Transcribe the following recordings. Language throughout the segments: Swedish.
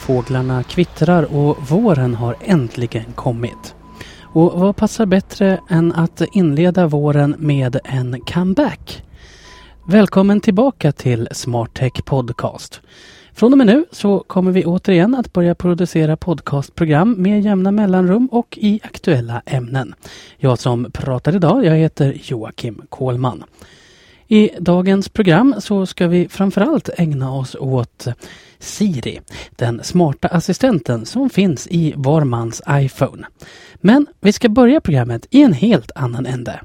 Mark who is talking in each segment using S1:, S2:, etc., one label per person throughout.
S1: Fåglarna kvittrar och våren har äntligen kommit. Och vad passar bättre än att inleda våren med en comeback? Välkommen tillbaka till Smart Tech Podcast. Från och med nu så kommer vi återigen att börja producera podcastprogram med jämna mellanrum och i aktuella ämnen. Jag som pratar idag, jag heter Joakim Kohlman. I dagens program så ska vi framförallt ägna oss åt Siri, den smarta assistenten som finns i var mans iPhone. Men vi ska börja programmet i en helt annan ände.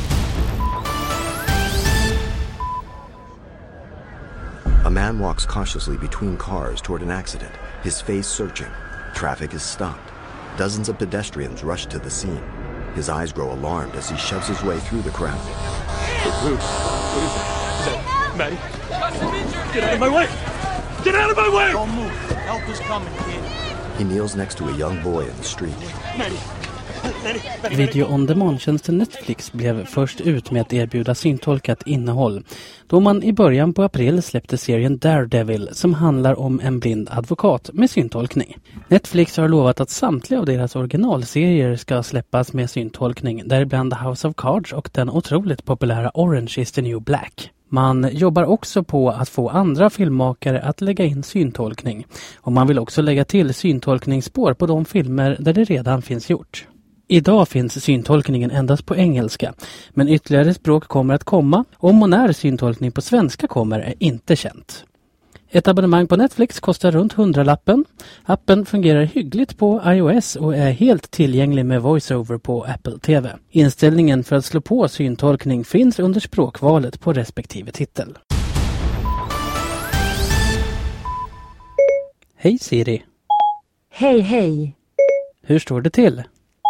S2: A man walks cautiously between cars toward an accident, his face searching. Traffic is stopped. Dozens of pedestrians rush to the scene. His eyes grow alarmed as he shoves his way through the crowd.
S3: What is that? Is that Maddie? Get out of my way! Get out of my way!
S4: Don't move. Help is coming, kid.
S2: He kneels next to a young boy in the street.
S3: Maddie!
S1: Video-on-demand-tjänsten Netflix blev först ut med att erbjuda syntolkat innehåll då man i början på april släppte serien Daredevil som handlar om en blind advokat med syntolkning. Netflix har lovat att samtliga av deras originalserier ska släppas med syntolkning, däribland House of Cards och den otroligt populära Orange is the New Black. Man jobbar också på att få andra filmmakare att lägga in syntolkning och man vill också lägga till syntolkningsspår på de filmer där det redan finns gjort. Idag finns syntolkningen endast på engelska, men ytterligare språk kommer att komma. Om och när syntolkning på svenska kommer är inte känt. Ett abonnemang på Netflix kostar runt 100-lappen. Appen fungerar hyggligt på iOS och är helt tillgänglig med VoiceOver på Apple TV. Inställningen för att slå på syntolkning finns under språkvalet på respektive titel. Hej Siri.
S5: Hej hej.
S1: Hur står det till?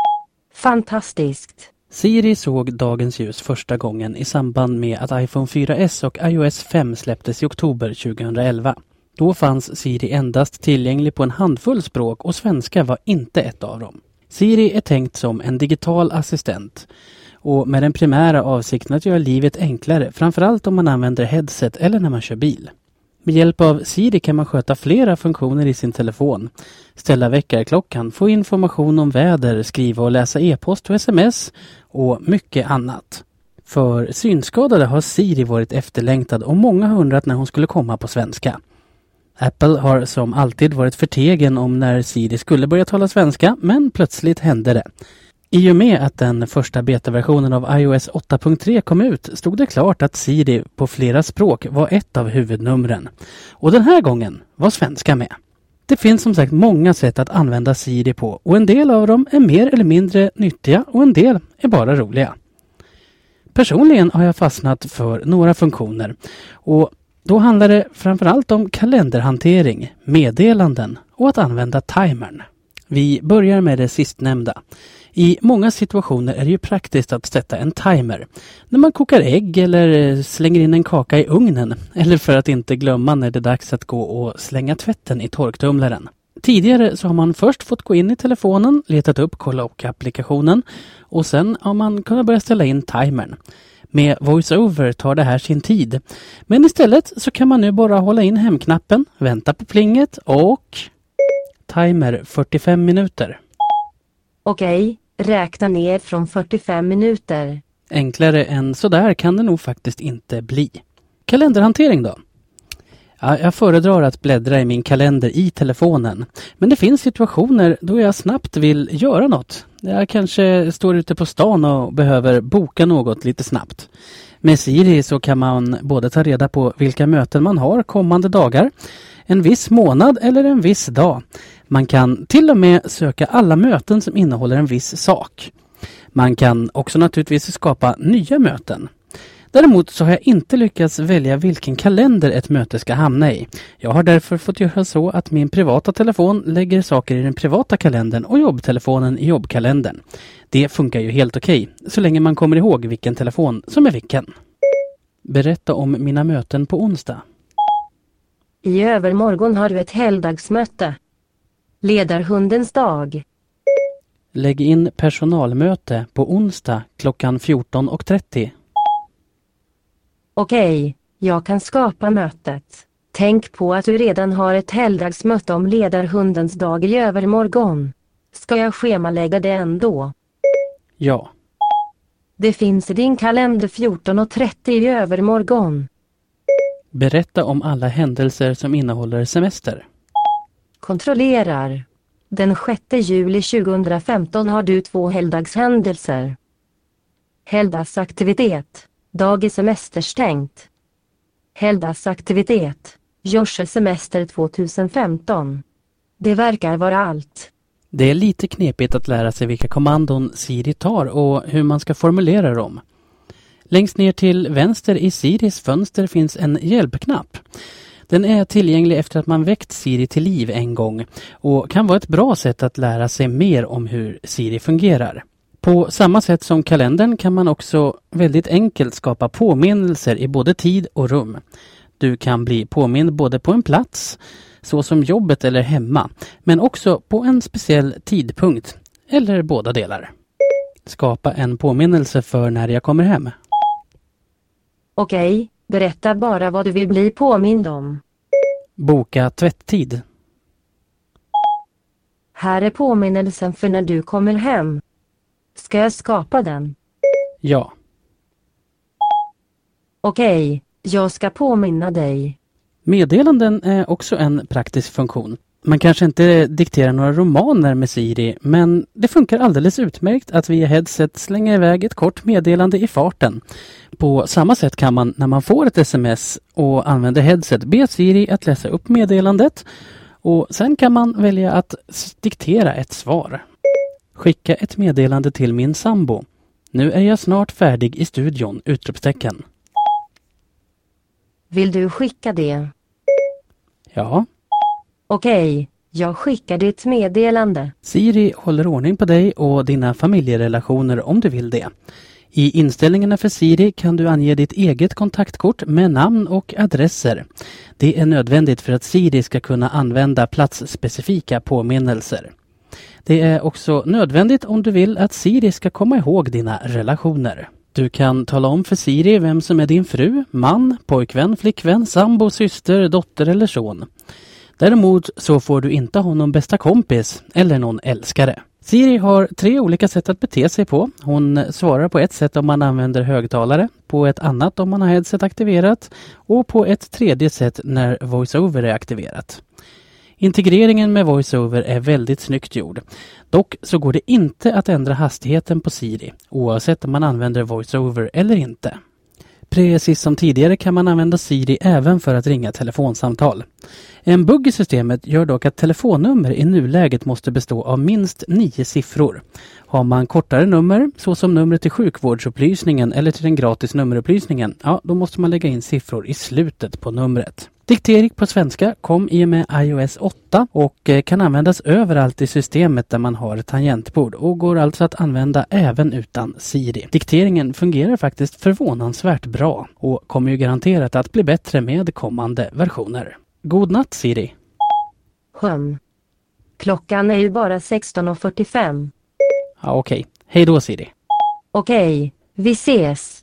S5: Fantastiskt.
S1: Siri såg dagens ljus första gången i samband med att iPhone 4S och iOS 5 släpptes i oktober 2011. Då fanns Siri endast tillgänglig på en handfull språk och svenska var inte ett av dem. Siri är tänkt som en digital assistent och med den primära avsikten att göra livet enklare, framförallt om man använder headset eller när man kör bil. Med hjälp av Siri kan man sköta flera funktioner i sin telefon. Ställa väckarklockan, få information om väder, skriva och läsa e-post och sms och mycket annat. För synskadade har Siri varit efterlängtad och många har undrat när hon skulle komma på svenska. Apple har som alltid varit förtegen om när Siri skulle börja tala svenska, men plötsligt hände det. I och med att den första betaversionen av iOS 8.3 kom ut stod det klart att Siri på flera språk var ett av huvudnumren. Och den här gången var svenska med. Det finns som sagt många sätt att använda Siri på och en del av dem är mer eller mindre nyttiga och en del är bara roliga. Personligen har jag fastnat för några funktioner och då handlar det framförallt om kalenderhantering, meddelanden och att använda timern. Vi börjar med det sistnämnda. I många situationer är det ju praktiskt att sätta en timer. När man kokar ägg eller slänger in en kaka i ugnen. Eller för att inte glömma när det är dags att gå och slänga tvätten i torktumlaren. Tidigare så har man först fått gå in i telefonen, letat upp kolla och-applikationen och sen har man kunnat börja ställa in timern. Med VoiceOver tar det här sin tid. Men istället så kan man nu bara hålla in hemknappen, vänta på plinget och timer 45 minuter.
S5: Okej, räkna ner från 45 minuter.
S1: Enklare än så där kan det nog faktiskt inte bli. Kalenderhantering då? Ja, jag föredrar att bläddra i min kalender i telefonen. Men det finns situationer då jag snabbt vill göra något. Jag kanske står ute på stan och behöver boka något lite snabbt. Med Siri så kan man både ta reda på vilka möten man har kommande dagar, en viss månad eller en viss dag. Man kan till och med söka alla möten som innehåller en viss sak. Man kan också naturligtvis skapa nya möten. Däremot så har jag inte lyckats välja vilken kalender ett möte ska hamna i. Jag har därför fått göra så att min privata telefon lägger saker i den privata kalendern och jobbtelefonen i jobbkalendern. Det funkar ju helt okej, så länge man kommer ihåg vilken telefon som är vilken. Berätta om mina möten på onsdag.
S5: I övermorgon har du ett helgdagsmöte. Ledarhundens dag.
S1: Lägg in personalmöte på onsdag klockan 14:30.
S5: Okej, jag kan skapa mötet. Tänk på att du redan har ett helgdagsmöte om ledarhundens dag i övermorgon. Ska jag schemalägga det ändå?
S1: Ja.
S5: Det finns i din kalender 14:30 i övermorgon.
S1: Berätta om alla händelser som innehåller semester.
S5: Kontrollerar. Den 6 juli 2015 har du 2 helgdagshändelser. Helgdagsaktivitet. Dag i semesterstängt. Helgdagsaktivitet. Joshua semester 2015. Det verkar vara allt.
S1: Det är lite knepigt att lära sig vilka kommandon Siri tar och hur man ska formulera dem. Längst ner till vänster i Siris fönster finns en hjälpknapp. Den är tillgänglig efter att man väckt Siri till liv en gång och kan vara ett bra sätt att lära sig mer om hur Siri fungerar. På samma sätt som kalendern kan man också väldigt enkelt skapa påminnelser i både tid och rum. Du kan bli påmind både på en plats, så som jobbet eller hemma, men också på en speciell tidpunkt, eller båda delar. Skapa en påminnelse för när jag kommer hem.
S5: Okej, berätta bara vad du vill bli påmind om.
S1: Boka tvätttid.
S5: Här är påminnelsen för när du kommer hem. Ska jag skapa den?
S1: Ja.
S5: Okej, jag ska påminna dig.
S1: Meddelanden är också en praktisk funktion. Man kanske inte dikterar några romaner med Siri, men det funkar alldeles utmärkt att via headset slänga iväg ett kort meddelande i farten. På samma sätt kan man när man får ett sms och använder headset be Siri att läsa upp meddelandet och sen kan man välja att diktera ett svar. Skicka ett meddelande till min sambo. Nu är jag snart färdig i studion! Utropstecken.
S5: Vill du skicka det?
S1: Ja.
S5: Okej, jag skickar ditt meddelande.
S1: Siri håller ordning på dig och dina familjerelationer om du vill det. I inställningarna för Siri kan du ange ditt eget kontaktkort med namn och adresser. Det är nödvändigt för att Siri ska kunna använda platsspecifika påminnelser. Det är också nödvändigt om du vill att Siri ska komma ihåg dina relationer. Du kan tala om för Siri vem som är din fru, man, pojkvän, flickvän, sambo, syster, dotter eller son. Däremot så får du inte ha någon bästa kompis eller någon älskare. Siri har 3 olika sätt att bete sig på. Hon svarar på ett sätt om man använder högtalare, på ett annat om man har headset aktiverat och på ett tredje sätt när VoiceOver är aktiverat. Integreringen med VoiceOver är väldigt snyggt gjord. Dock så går det inte att ändra hastigheten på Siri, oavsett om man använder VoiceOver eller inte. Precis som tidigare kan man använda Siri även för att ringa telefonsamtal. En bugg i systemet gör dock att telefonnummer i nuläget måste bestå av minst 9 siffror. Har man kortare nummer, såsom numret till sjukvårdsupplysningen eller till den gratis nummerupplysningen, ja, då måste man lägga in siffror i slutet på numret. Diktering på svenska kom i och med iOS 8 och kan användas överallt i systemet där man har tangentbord och går alltså att använda även utan Siri. Dikteringen fungerar faktiskt förvånansvärt bra och kommer ju garanterat att bli bättre med kommande versioner. God natt Siri!
S5: Klockan är ju bara 16:45.
S1: Ja, okej. Hej då Siri!
S5: Okej, vi ses!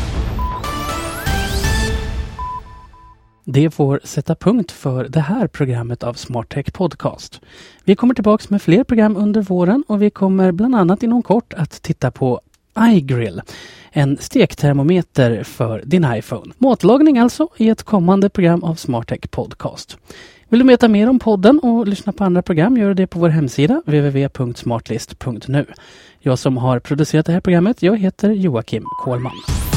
S1: Det får sätta punkt för det här programmet av Smart Tech Podcast. Vi kommer tillbaka med fler program under våren och vi kommer bland annat inom kort att titta på iGrill, en stektermometer för din iPhone. Matlagning alltså i ett kommande program av Smart Tech Podcast. Vill du veta mer om podden och lyssna på andra program, gör det på vår hemsida www.smartlist.nu. Jag som har producerat det här programmet, jag heter Joakim Kohlman.